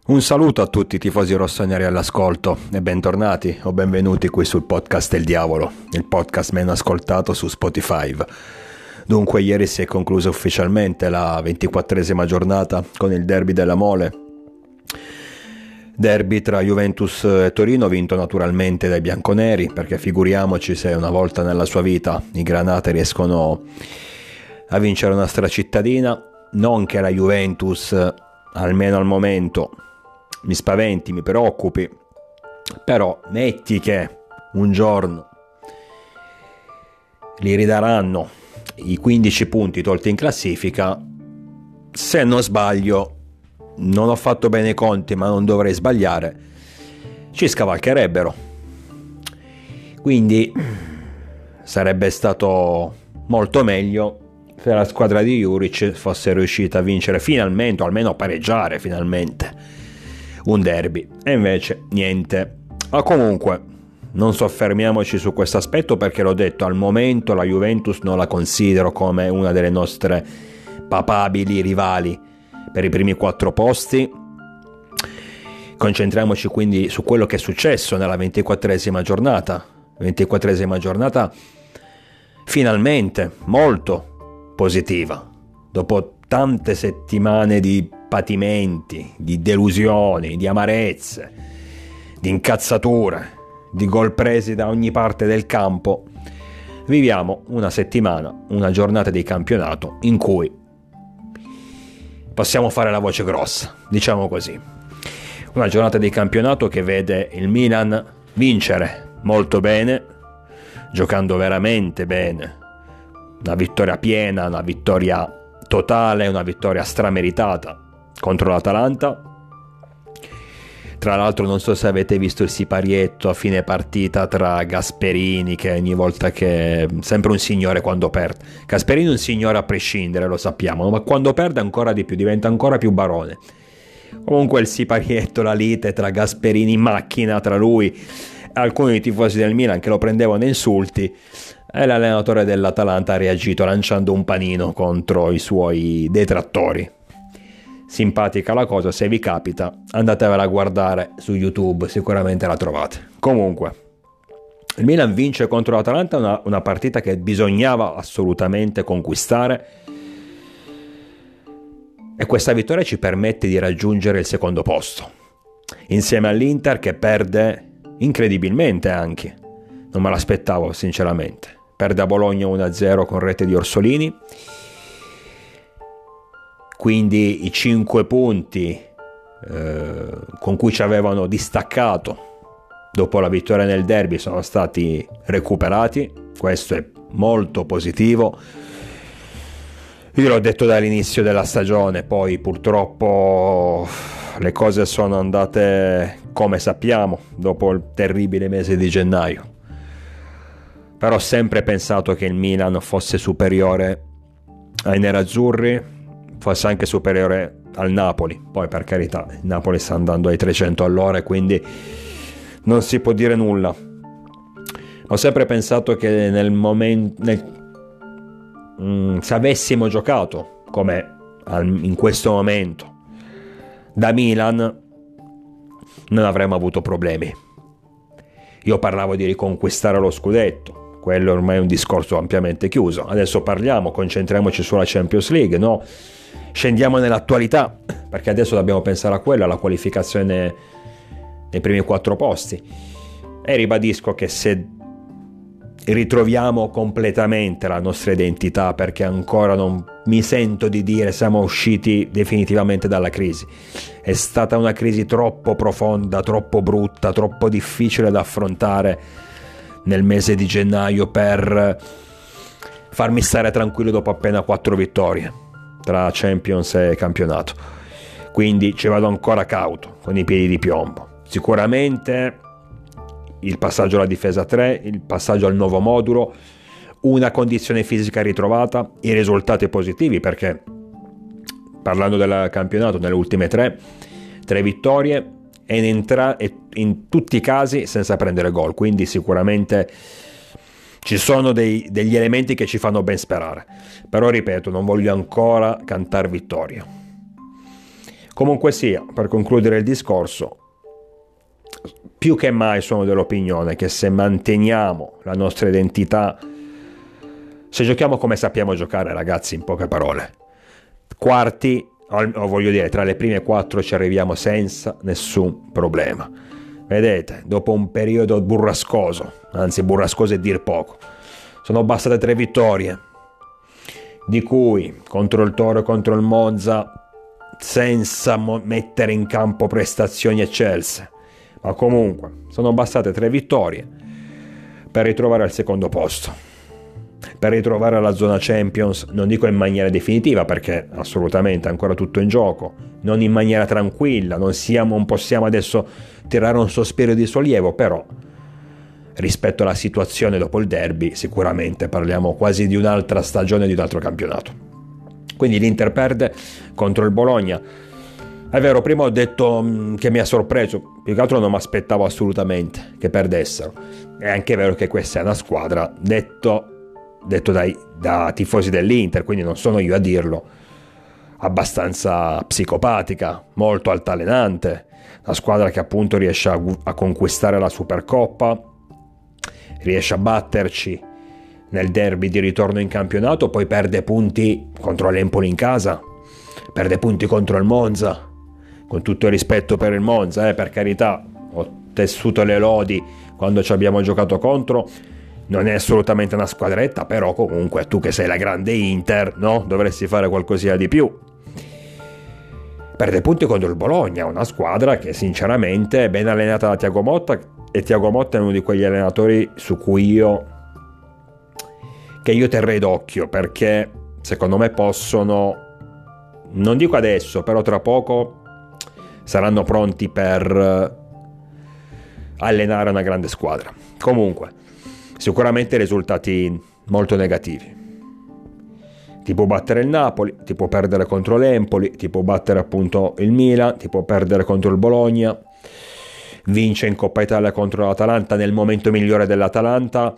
Un saluto a tutti i tifosi rossoneri all'ascolto e bentornati o benvenuti qui sul podcast del diavolo, il podcast meno ascoltato su Spotify. Dunque ieri si è conclusa ufficialmente la 24esima giornata con il derby della Mole. Derby tra Juventus e Torino, vinto naturalmente dai bianconeri, perché figuriamoci se una volta nella sua vita i granate riescono a vincere una stracittadina. Non che la Juventus, almeno al momento, mi spaventi, mi preoccupi, però metti che un giorno li ridaranno i 15 punti tolti in classifica, se non sbaglio, non ho fatto bene i conti ma non dovrei sbagliare, ci scavalcherebbero. Quindi sarebbe stato molto meglio se la squadra di Juric fosse riuscita a vincere finalmente, o almeno a pareggiare finalmente un derby, e invece niente. Ma comunque non soffermiamoci su questo aspetto, perché l'ho detto, al momento la Juventus non la considero come una delle nostre papabili rivali per i primi 4 posti. Concentriamoci quindi su quello che è successo nella 24esima giornata. 24esima giornata finalmente molto positiva, dopo tante settimane di patimenti, di delusioni, di amarezze, di incazzature, di gol presi da ogni parte del campo. Viviamo una settimana, una giornata di campionato in cui possiamo fare la voce grossa, diciamo così. Una giornata di campionato che vede il Milan vincere molto bene, giocando veramente bene, una vittoria piena, una vittoria totale, una vittoria strameritata contro l'Atalanta. Tra l'altro non so se avete visto il siparietto a fine partita tra Gasperini, che ogni volta che... sempre un signore quando perde. Gasperini è un signore a prescindere, lo sappiamo, ma quando perde ancora di più, diventa ancora più barone. Comunque il siparietto, la lite tra Gasperini in macchina, tra lui e alcuni dei tifosi del Milan che lo prendevano a insulti, e l'allenatore dell'Atalanta ha reagito lanciando un panino contro i suoi detrattori. Simpatica la cosa, se vi capita andatevela a guardare su YouTube, sicuramente la trovate. Comunque il Milan vince contro l'Atalanta, una partita che bisognava assolutamente conquistare, e questa vittoria ci permette di raggiungere il secondo posto insieme all'Inter, che perde incredibilmente, anche non me l'aspettavo sinceramente, perde a Bologna 1-0 con rete di Orsolini. Quindi i 5 punti con cui ci avevano distaccato dopo la vittoria nel derby sono stati recuperati. Questo è molto positivo. Io l'ho detto dall'inizio della stagione, poi purtroppo le cose sono andate come sappiamo dopo il terribile mese di gennaio. Però ho sempre pensato che il Milan fosse superiore ai nerazzurri, fosse anche superiore al Napoli. Poi, per carità, il Napoli sta andando ai 300 all'ora, quindi non si può dire nulla. Ho sempre pensato che nel momento se avessimo giocato come in questo momento da Milan, non avremmo avuto problemi. Io parlavo di riconquistare lo scudetto, quello ormai è un discorso ampiamente chiuso. Adesso concentriamoci sulla Champions League, no? Scendiamo nell'attualità, perché adesso dobbiamo pensare a quella, alla qualificazione nei primi 4 posti. E ribadisco che se ritroviamo completamente la nostra identità, perché ancora non mi sento di dire siamo usciti definitivamente dalla crisi. È stata una crisi troppo profonda, troppo brutta, troppo difficile da affrontare nel mese di gennaio per farmi stare tranquillo dopo appena 4 vittorie tra Champions e campionato. Quindi ci vado ancora cauto, con i piedi di piombo. Sicuramente il passaggio alla difesa 3, il passaggio al nuovo modulo, una condizione fisica ritrovata, i risultati positivi, perché parlando del campionato, nelle ultime 3 vittorie e in tutti i casi senza prendere gol, quindi sicuramente ci sono degli elementi che ci fanno ben sperare. Però ripeto, non voglio ancora cantare vittoria. Comunque sia, per concludere il discorso, più che mai sono dell'opinione che se manteniamo la nostra identità, se giochiamo come sappiamo giocare, ragazzi, in poche parole, quarti, o voglio dire, tra le prime 4 ci arriviamo senza nessun problema. Vedete, dopo un periodo burrascoso, anzi burrascoso è dir poco, sono bastate 3 vittorie, di cui contro il Toro e contro il Monza, senza mettere in campo prestazioni eccelse, ma comunque sono bastate 3 vittorie per ritrovare al secondo posto, per ritrovare la zona Champions, non dico in maniera definitiva perché assolutamente è ancora tutto in gioco, non in maniera tranquilla, non possiamo adesso tirare un sospiro di sollievo, però rispetto alla situazione dopo il derby sicuramente parliamo quasi di un'altra stagione, di un altro campionato. Quindi l'Inter perde contro il Bologna. È vero, prima ho detto che mi ha sorpreso, più che altro non mi aspettavo assolutamente che perdessero. È anche vero che questa è una squadra, detto da tifosi dell'Inter, quindi non sono io a dirlo, abbastanza psicopatica, molto altalenante, una squadra che appunto riesce a conquistare la Supercoppa, riesce a batterci nel derby di ritorno in campionato, poi perde punti contro l'Empoli in casa, perde punti contro il Monza, con tutto il rispetto per il Monza, per carità, ho tessuto le lodi quando ci abbiamo giocato contro, non è assolutamente una squadretta, però comunque tu che sei la grande Inter, no? Dovresti fare qualcosina di più. Perde punti contro il Bologna, una squadra che sinceramente è ben allenata da Thiago Motta, e Thiago Motta è uno di quegli allenatori su cui io terrei d'occhio, perché secondo me possono, non dico adesso, però tra poco saranno pronti per allenare una grande squadra. Comunque sicuramente risultati molto negativi, ti può battere il Napoli, ti può perdere contro l'Empoli, ti può battere appunto il Milan, ti può perdere contro il Bologna, vince in Coppa Italia contro l'Atalanta nel momento migliore dell'Atalanta,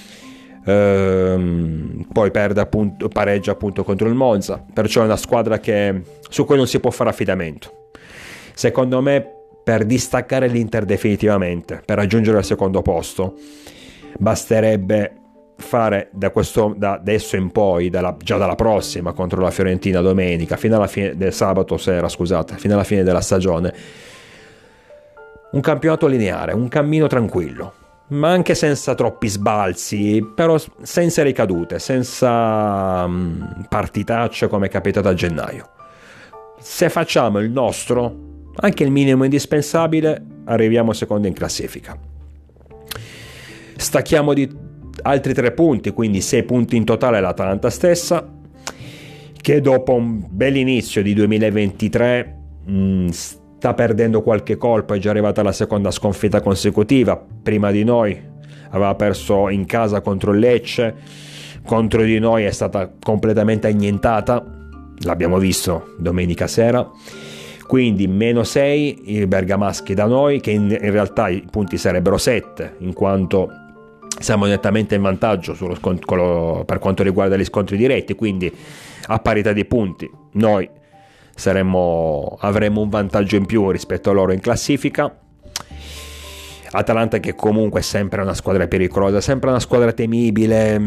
poi pareggia appunto contro il Monza, perciò è una squadra su cui non si può fare affidamento. Secondo me, per distaccare l'Inter definitivamente, per raggiungere il secondo posto, basterebbe fare da adesso in poi, già dalla prossima contro la Fiorentina domenica, fino alla fine del sabato sera, scusate, fino alla fine della stagione, un campionato lineare, un cammino tranquillo, ma anche senza troppi sbalzi, però senza ricadute, senza partitacce come è capitato a gennaio. Se facciamo il nostro, anche il minimo indispensabile, arriviamo secondo in classifica. Stacchiamo di altri 3 punti, quindi 6 punti in totale l'Atalanta stessa, che dopo un bel inizio di 2023 sta perdendo qualche colpo, è già arrivata alla seconda sconfitta consecutiva. Prima di noi aveva perso in casa contro il Lecce, contro di noi è stata completamente annientata, l'abbiamo visto domenica sera, quindi -6 i bergamaschi da noi, che in realtà i punti sarebbero 7, in quanto siamo nettamente in vantaggio per quanto riguarda gli scontri diretti, quindi a parità di punti noi avremmo un vantaggio in più rispetto a loro in classifica. Atalanta che comunque è sempre una squadra pericolosa, sempre una squadra temibile,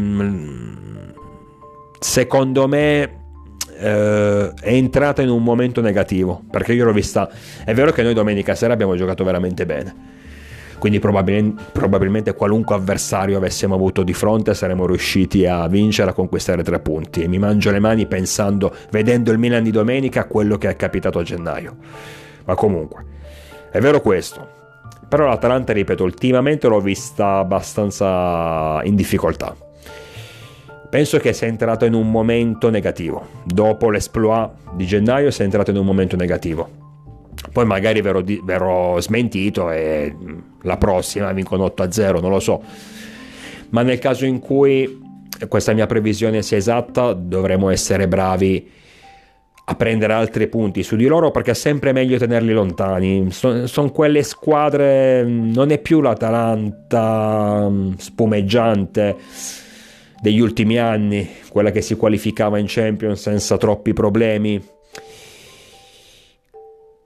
secondo me è entrata in un momento negativo, perché io l'ho vista, è vero che noi domenica sera abbiamo giocato veramente bene, quindi probabilmente qualunque avversario avessimo avuto di fronte saremmo riusciti a vincere, a conquistare 3 punti, e mi mangio le mani vedendo il Milan di domenica, a quello che è capitato a gennaio. Ma comunque è vero questo, però l'Atalanta, ripeto, ultimamente l'ho vista abbastanza in difficoltà. Penso che sia entrato in un momento negativo, dopo l'esploit di gennaio si è entrato in un momento negativo. Poi magari verrò smentito e la prossima vincono 8-0, non lo so, ma nel caso in cui questa mia previsione sia esatta dovremo essere bravi a prendere altri punti su di loro, perché è sempre meglio tenerli lontani. Sono quelle squadre, non è più l'Atalanta spumeggiante degli ultimi anni, quella che si qualificava in Champions senza troppi problemi.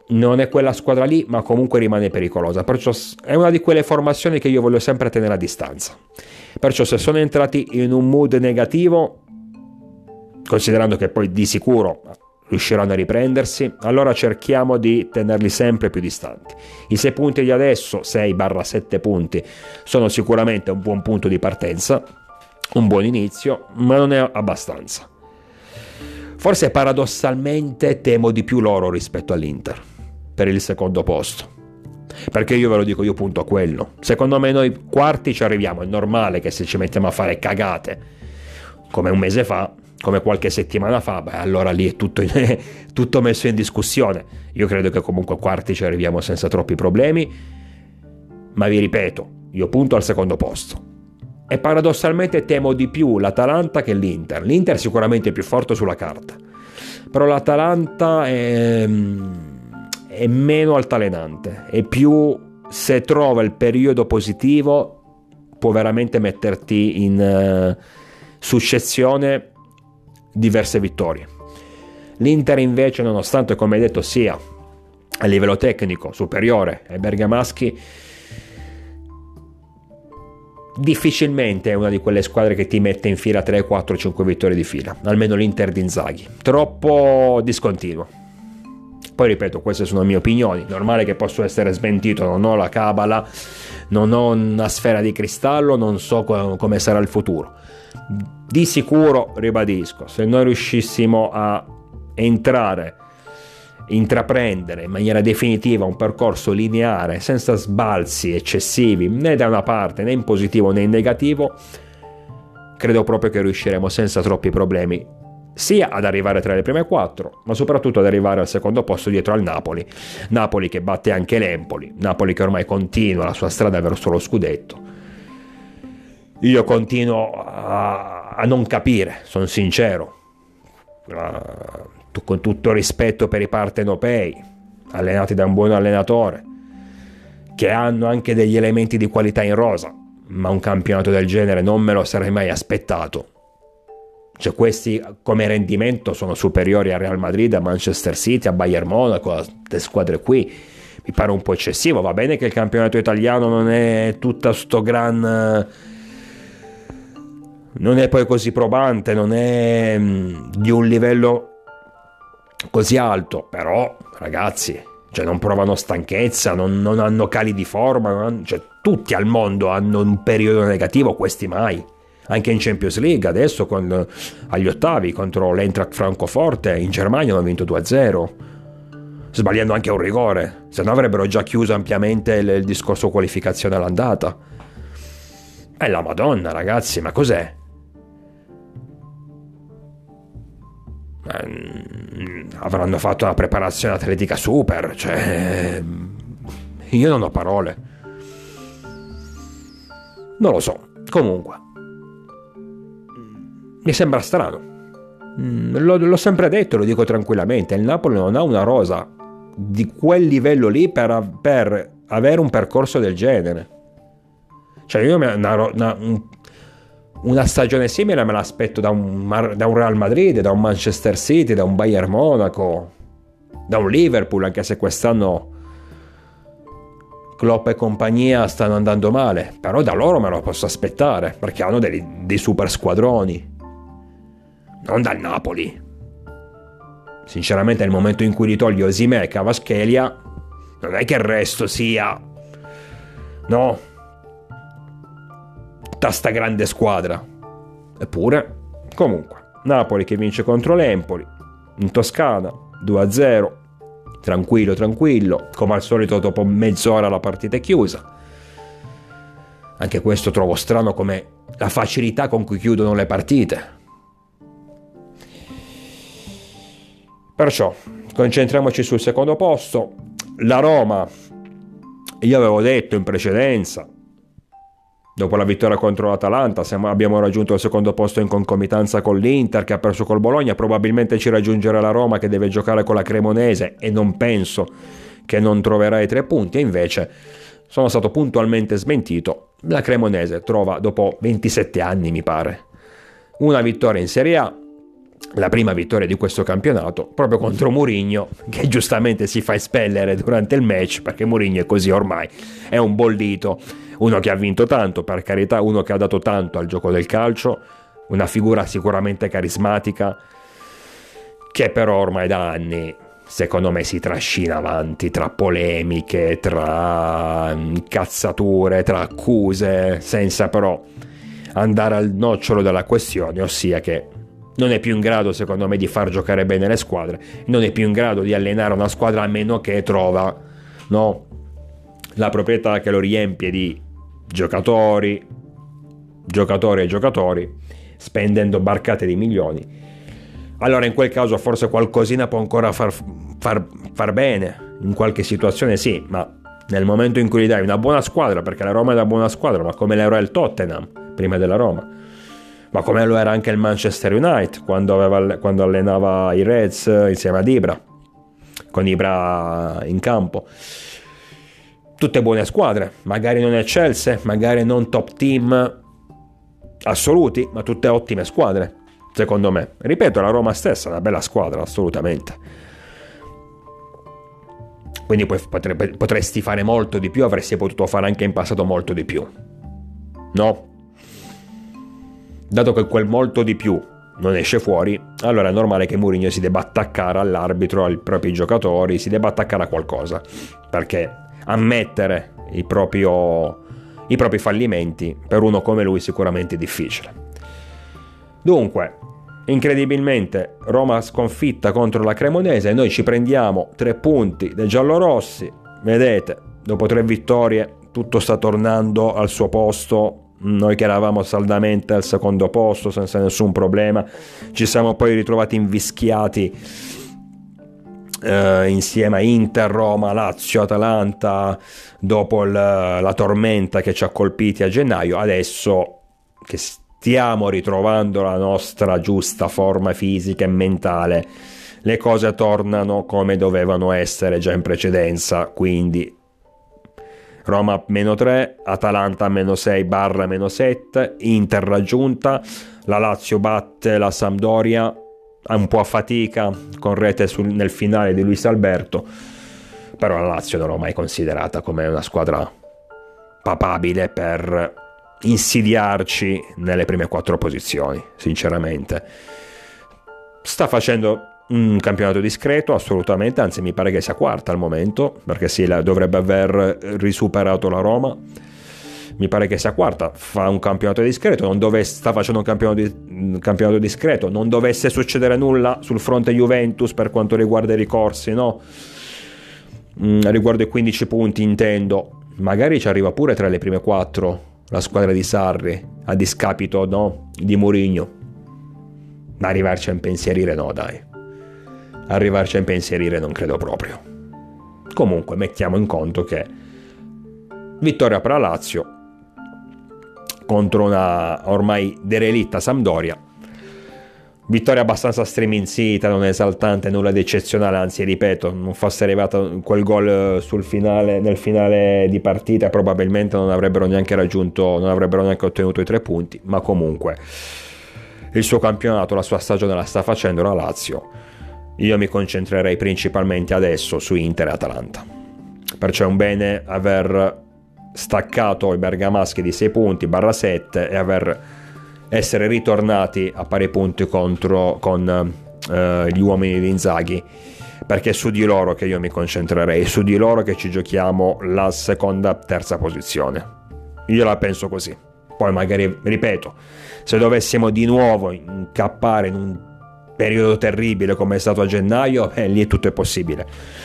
non è quella squadra lì, ma comunque rimane pericolosa, perciò è una di quelle formazioni che io voglio sempre tenere a distanza. Perciò se sono entrati in un mood negativo, considerando che poi di sicuro riusciranno a riprendersi, allora cerchiamo di tenerli sempre più distanti. I 6 punti di adesso, 6-7 punti, sono sicuramente un buon punto di partenza, un buon inizio, ma non è abbastanza. Forse paradossalmente temo di più loro rispetto all'Inter per il secondo posto, perché io ve lo dico, io punto a quello. Secondo me noi quarti ci arriviamo, è normale che se ci mettiamo a fare cagate come un mese fa, come qualche settimana fa, beh, allora lì è tutto messo in discussione. Io credo che comunque quarti ci arriviamo senza troppi problemi, ma vi ripeto, io punto al secondo posto. E paradossalmente temo di più l'Atalanta che l'Inter. L'Inter è sicuramente più forte sulla carta, però l'Atalanta è meno altalenante, e più, se trova il periodo positivo, può veramente metterti in successione diverse vittorie. L'Inter invece, nonostante, come detto, sia a livello tecnico superiore ai bergamaschi, difficilmente è una di quelle squadre che ti mette in fila 3, 4, 5 vittorie di fila, almeno l'Inter di Inzaghi, troppo discontinuo. Poi ripeto, queste sono mie opinioni, normale che posso essere smentito, non ho la cabala, non ho una sfera di cristallo, non so come sarà il futuro. Di sicuro, ribadisco, se noi riuscissimo a intraprendere in maniera definitiva un percorso lineare, senza sbalzi eccessivi né da una parte, né in positivo né in negativo, credo proprio che riusciremo senza troppi problemi sia ad arrivare tra le prime 4, ma soprattutto ad arrivare al secondo posto dietro al Napoli che batte anche l'Empoli, Napoli che ormai continua la sua strada verso lo scudetto. Io continuo a non capire, sono sincero, con tutto rispetto per i partenopei, allenati da un buon allenatore, che hanno anche degli elementi di qualità in rosa, ma un campionato del genere non me lo sarei mai aspettato. Cioè, questi come rendimento sono superiori a Real Madrid, a Manchester City, a Bayern Monaco, a queste squadre qui. Mi pare un po' eccessivo. Va bene che il campionato italiano non è tutto sto gran... non è poi così probante, non è di un livello così alto, però ragazzi, cioè non provano stanchezza, non hanno cali di forma, cioè tutti al mondo hanno un periodo negativo, questi mai. Anche in Champions League adesso agli ottavi contro l'Eintracht Francoforte in Germania hanno vinto 2-0, sbagliando anche un rigore, se no avrebbero già chiuso ampiamente il discorso qualificazione all'andata. È la Madonna, ragazzi, ma cos'è? Avranno fatto una preparazione atletica super, cioè io non ho parole, non lo so. Comunque mi sembra strano, l'ho sempre detto, lo dico tranquillamente, il Napoli non ha una rosa di quel livello lì per avere un percorso del genere. Cioè io una stagione simile me l'aspetto da un Real Madrid, da un Manchester City, da un Bayern Monaco, da un Liverpool, anche se quest'anno Klopp e compagnia stanno andando male, però da loro me lo posso aspettare, perché hanno dei super squadroni, non dal Napoli. Sinceramente nel momento in cui li togli Osimhen e Kvaratskhelia, non è che il resto sia, no, sta grande squadra. Eppure, comunque, Napoli che vince contro l'Empoli in Toscana 2-0, tranquillo, come al solito dopo mezz'ora la partita è chiusa. Anche questo trovo strano, come la facilità con cui chiudono le partite. Perciò concentriamoci sul secondo posto. La Roma, io avevo detto in precedenza, dopo la vittoria contro l'Atalanta abbiamo raggiunto il secondo posto in concomitanza con l'Inter che ha perso col Bologna, probabilmente ci raggiungerà la Roma che deve giocare con la Cremonese e non penso che non troverà i 3 punti, e invece sono stato puntualmente smentito. La Cremonese trova dopo 27 anni, mi pare, una vittoria in Serie A, la prima vittoria di questo campionato proprio contro Mourinho, che giustamente si fa espellere durante il match, perché Mourinho è così ormai, è un bollito, uno che ha vinto tanto, per carità, uno che ha dato tanto al gioco del calcio, una figura sicuramente carismatica, che però ormai da anni secondo me si trascina avanti tra polemiche, tra incazzature, tra accuse, senza però andare al nocciolo della questione, ossia che non è più in grado secondo me di far giocare bene le squadre, non è più in grado di allenare una squadra a meno che trova, no, la proprietà che lo riempie di giocatori, spendendo barcate di milioni. Allora in quel caso forse qualcosina può ancora far bene, in qualche situazione sì, ma nel momento in cui gli dai una buona squadra, perché la Roma è una buona squadra, ma come lo era il Tottenham prima della Roma, ma come lo era anche il Manchester United quando allenava i Reds insieme ad Ibra, con Ibra in campo, tutte buone squadre, magari non è Chelsea, magari non top team assoluti, ma tutte ottime squadre. Secondo me, ripeto, la Roma stessa è una bella squadra, assolutamente. Quindi potresti fare molto di più, avresti potuto fare anche in passato molto di più, no? Dato che quel molto di più non esce fuori, allora è normale che Mourinho si debba attaccare all'arbitro, ai propri giocatori, si debba attaccare a qualcosa, perché ammettere i propri fallimenti per uno come lui sicuramente è difficile. Dunque, incredibilmente, Roma sconfitta contro la Cremonese, noi ci prendiamo 3 punti dei giallorossi, vedete, dopo 3 vittorie tutto sta tornando al suo posto, noi che eravamo saldamente al secondo posto senza nessun problema, ci siamo poi ritrovati invischiati insieme a Inter, Roma, Lazio, Atalanta, dopo la tormenta che ci ha colpiti a gennaio. Adesso che stiamo ritrovando la nostra giusta forma fisica e mentale, le cose tornano come dovevano essere già in precedenza, quindi Roma -3, Atalanta -6/-7, Inter raggiunta, la Lazio batte la Sampdoria un po' a fatica con rete nel finale di Luis Alberto, però la Lazio non l'ho mai considerata come una squadra papabile per insidiarci nelle prime 4 posizioni, sinceramente. Sta facendo un campionato discreto, assolutamente, anzi mi pare che sia quarta al momento, perché sì, dovrebbe aver risuperato la Roma, mi pare che sia quarta, fa un campionato discreto, sta facendo un campionato discreto, non dovesse succedere nulla sul fronte Juventus per quanto riguarda i ricorsi, no? Riguardo i 15 punti intendo, magari ci arriva pure tra le prime 4 la squadra di Sarri, a discapito, no, di Mourinho, ma arrivarci a impensierire no, dai, arrivarci a impensierire non credo proprio. Comunque mettiamo in conto che vittoria per la Lazio contro una ormai derelitta Sampdoria, vittoria abbastanza striminzita, non esaltante, nulla di eccezionale, anzi ripeto, non fosse arrivato quel gol nel finale di partita probabilmente non avrebbero neanche ottenuto i 3 punti, ma comunque il suo campionato, la sua stagione la sta facendo la Lazio. Io mi concentrerei principalmente adesso su Inter e Atalanta, perciò è un bene aver staccato i bergamaschi di 6 punti/7 e essere ritornati a pari punti con gli uomini di Inzaghi, perché è su di loro che io mi concentrerei, su di loro che ci giochiamo la seconda, terza posizione. Io la penso così. Poi magari, ripeto, se dovessimo di nuovo incappare in un periodo terribile come è stato a gennaio, lì tutto è possibile.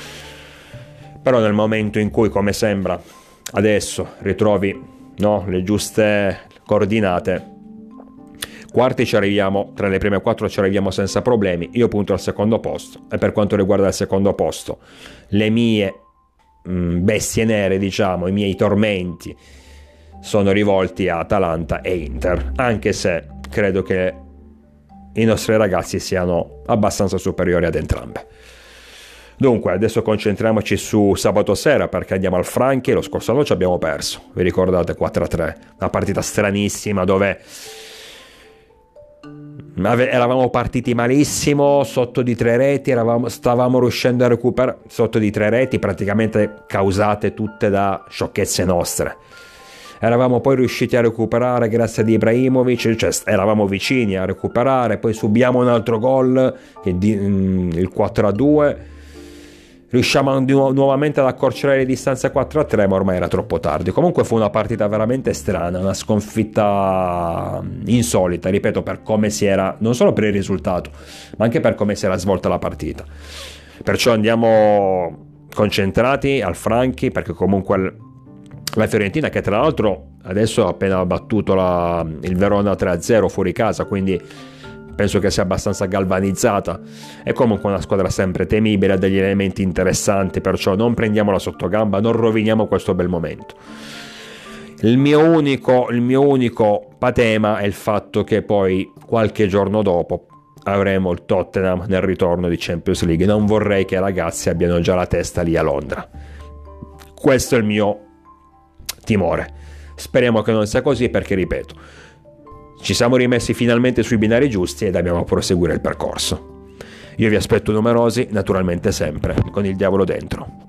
Però nel momento in cui, come sembra adesso, ritrovi, no, le giuste coordinate, quarti ci arriviamo, tra le prime 4 ci arriviamo senza problemi. Io punto al secondo posto, e per quanto riguarda il secondo posto, le mie bestie nere, diciamo, i miei tormenti sono rivolti a Atalanta e Inter, anche se credo che i nostri ragazzi siano abbastanza superiori ad entrambe. Dunque adesso concentriamoci su sabato sera, perché andiamo al Franchi. Lo scorso anno ci abbiamo perso, vi ricordate, 4-3, una partita stranissima dove Eravamo partiti malissimo, sotto di 3 reti, stavamo riuscendo a recuperare sotto di 3 reti, praticamente causate tutte da sciocchezze nostre. Eravamo poi riusciti a recuperare grazie ad Ibrahimovic, cioè eravamo vicini a recuperare, poi subiamo un altro gol, il 4-2, riusciamo nuovamente ad accorciare le distanze 4-3, ma ormai era troppo tardi. Comunque fu una partita veramente strana, una sconfitta insolita, ripeto, per come si era, non solo per il risultato, ma anche per come si era svolta la partita. Perciò andiamo concentrati al Franchi, perché comunque la Fiorentina, che tra l'altro adesso ha appena battuto il Verona 3-0 fuori casa, quindi penso che sia abbastanza galvanizzata, è comunque una squadra sempre temibile, ha degli elementi interessanti, perciò non prendiamola sotto gamba, non roviniamo questo bel momento. Il mio unico patema è il fatto che poi qualche giorno dopo avremo il Tottenham nel ritorno di Champions League. Non vorrei che i ragazzi abbiano già la testa lì a Londra. Questo è il mio timore. Speriamo che non sia così, perché ripeto, ci siamo rimessi finalmente sui binari giusti e dobbiamo proseguire il percorso. Io vi aspetto numerosi, naturalmente sempre con il diavolo dentro.